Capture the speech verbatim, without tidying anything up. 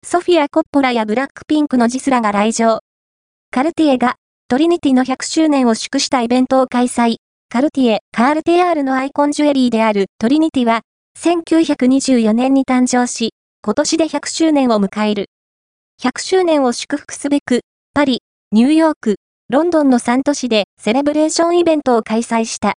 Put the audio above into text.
ソフィア・コッポラやブラックピンクのジスラが来場。カルティエがトリニティのひゃくしゅうねんを祝したイベントを開催。カルティエ、カールティアールのアイコンジュエリーであるトリニティは、せんきゅうひゃくにじゅうよねんに誕生し、今年でひゃくしゅうねんを迎える。ひゃくしゅうねんを祝福すべく、パリ、ニューヨーク、ロンドンのさん都市でセレブレーションイベントを開催した。